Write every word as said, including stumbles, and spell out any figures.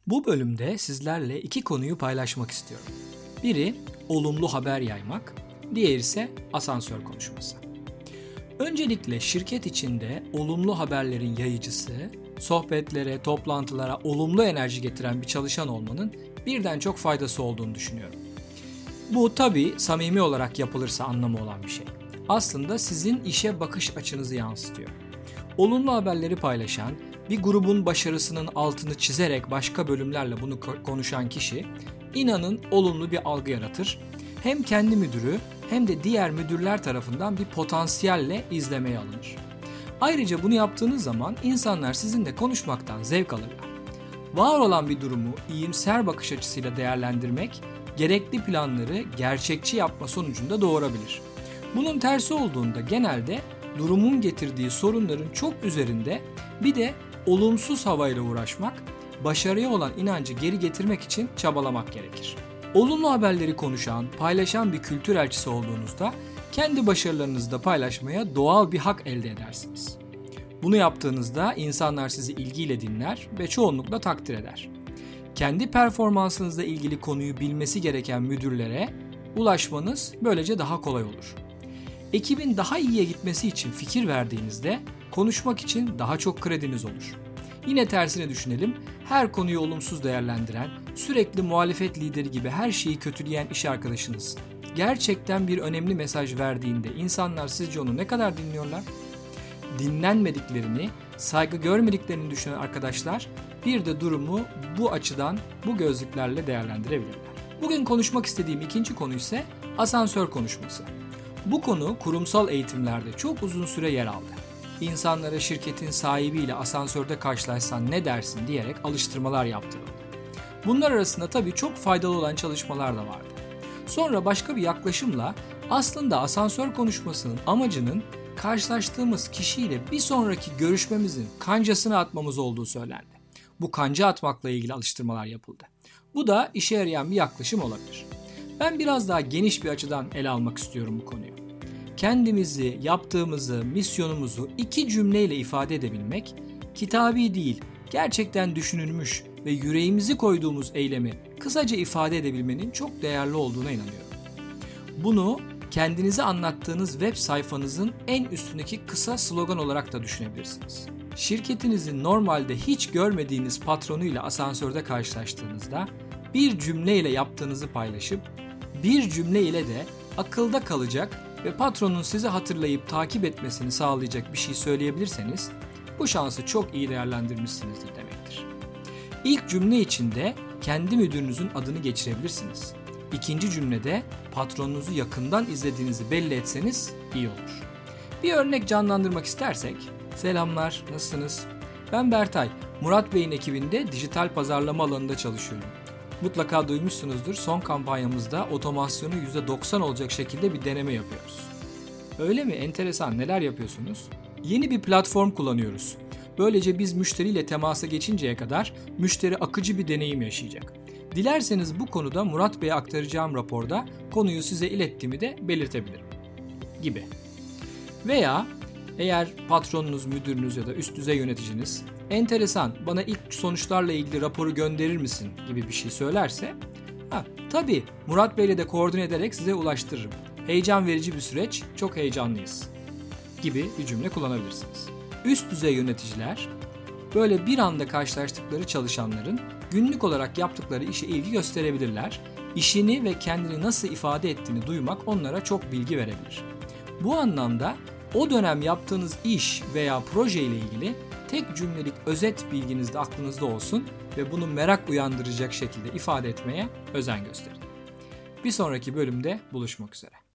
Bu bölümde sizlerle iki konuyu paylaşmak istiyorum. Biri olumlu haber yaymak, diğeri ise asansör konuşması. Öncelikle şirket içinde olumlu haberlerin yayıcısı, sohbetlere, toplantılara olumlu enerji getiren bir çalışan olmanın birden çok faydası olduğunu düşünüyorum. Bu tabii samimi olarak yapılırsa anlamı olan bir şey. Aslında sizin işe bakış açınızı yansıtıyor. Olumlu haberleri paylaşan, bir grubun başarısının altını çizerek başka bölümlerle bunu konuşan kişi, inanın olumlu bir algı yaratır. Hem kendi müdürü hem de diğer müdürler tarafından bir potansiyelle izlemeye alınır. Ayrıca bunu yaptığınız zaman insanlar sizinle konuşmaktan zevk alırlar. Var olan bir durumu iyimser bakış açısıyla değerlendirmek, gerekli planları gerçekçi yapma sonucunda doğurabilir. Bunun tersi olduğunda genelde durumun getirdiği sorunların çok üzerinde bir de olumsuz havayla uğraşmak, başarıya olan inancı geri getirmek için çabalamak gerekir. Olumlu haberleri konuşan, paylaşan bir kültür elçisi olduğunuzda kendi başarılarınızı da paylaşmaya doğal bir hak elde edersiniz. Bunu yaptığınızda insanlar sizi ilgiyle dinler ve çoğunlukla takdir eder. Kendi performansınızla ilgili konuyu bilmesi gereken müdürlere ulaşmanız böylece daha kolay olur. Ekibin daha iyiye gitmesi için fikir verdiğinizde konuşmak için daha çok krediniz olur. Yine tersine düşünelim, her konuyu olumsuz değerlendiren, sürekli muhalefet lideri gibi her şeyi kötüleyen iş arkadaşınız gerçekten bir önemli mesaj verdiğinde insanlar sizce onu ne kadar dinliyorlar? Dinlenmediklerini, saygı görmediklerini düşünen arkadaşlar bir de durumu bu açıdan, bu gözlüklerle değerlendirebilirler. Bugün konuşmak istediğim ikinci konu ise asansör konuşması. Bu konu kurumsal eğitimlerde çok uzun süre yer aldı. İnsanlara şirketin sahibiyle asansörde karşılaşsan ne dersin diyerek alıştırmalar yaptırıldı. Bunlar arasında tabii çok faydalı olan çalışmalar da vardı. Sonra başka bir yaklaşımla aslında asansör konuşmasının amacının karşılaştığımız kişiyle bir sonraki görüşmemizin kancasını atmamız olduğu söylendi. Bu kanca atmakla ilgili alıştırmalar yapıldı. Bu da işe yarayan bir yaklaşım olabilir. Ben biraz daha geniş bir açıdan ele almak istiyorum bu konuyu. Kendimizi, yaptığımızı, misyonumuzu iki cümleyle ifade edebilmek, kitabi değil, gerçekten düşünülmüş ve yüreğimizi koyduğumuz eylemi kısaca ifade edebilmenin çok değerli olduğuna inanıyorum. Bunu kendinizi anlattığınız web sayfanızın en üstündeki kısa slogan olarak da düşünebilirsiniz. Şirketinizin normalde hiç görmediğiniz patronuyla asansörde karşılaştığınızda bir cümleyle yaptığınızı paylaşıp, bir cümle ile de akılda kalacak ve patronun sizi hatırlayıp takip etmesini sağlayacak bir şey söyleyebilirseniz, bu şansı çok iyi değerlendirmişsinizdir demektir. İlk cümle içinde kendi müdürünüzün adını geçirebilirsiniz. İkinci cümlede patronunuzu yakından izlediğinizi belli etseniz iyi olur. Bir örnek canlandırmak istersek, selamlar, nasılsınız? Ben Bertay, Murat Bey'in ekibinde dijital pazarlama alanında çalışıyorum. Mutlaka duymuşsunuzdur, son kampanyamızda otomasyonu yüzde doksan olacak şekilde bir deneme yapıyoruz. Öyle mi? Enteresan. Neler yapıyorsunuz? Yeni bir platform kullanıyoruz. Böylece biz müşteriyle temasa geçinceye kadar müşteri akıcı bir deneyim yaşayacak. Dilerseniz bu konuda Murat Bey'e aktaracağım raporda konuyu size ilettiğimi de belirtebilirim. Gibi. Veya eğer patronunuz, müdürünüz ya da üst düzey yöneticiniz enteresan, bana ilk sonuçlarla ilgili raporu gönderir misin gibi bir şey söylerse, ha, tabii Murat Bey'le de koordine ederek size ulaştırırım. Heyecan verici bir süreç, çok heyecanlıyız gibi bir cümle kullanabilirsiniz. Üst düzey yöneticiler böyle bir anda karşılaştıkları çalışanların günlük olarak yaptıkları işe ilgi gösterebilirler. İşini ve kendini nasıl ifade ettiğini duymak onlara çok bilgi verebilir. Bu anlamda o dönem yaptığınız iş veya proje ile ilgili tek cümlelik özet bilginiz de aklınızda olsun ve bunu merak uyandıracak şekilde ifade etmeye özen gösterin. Bir sonraki bölümde buluşmak üzere.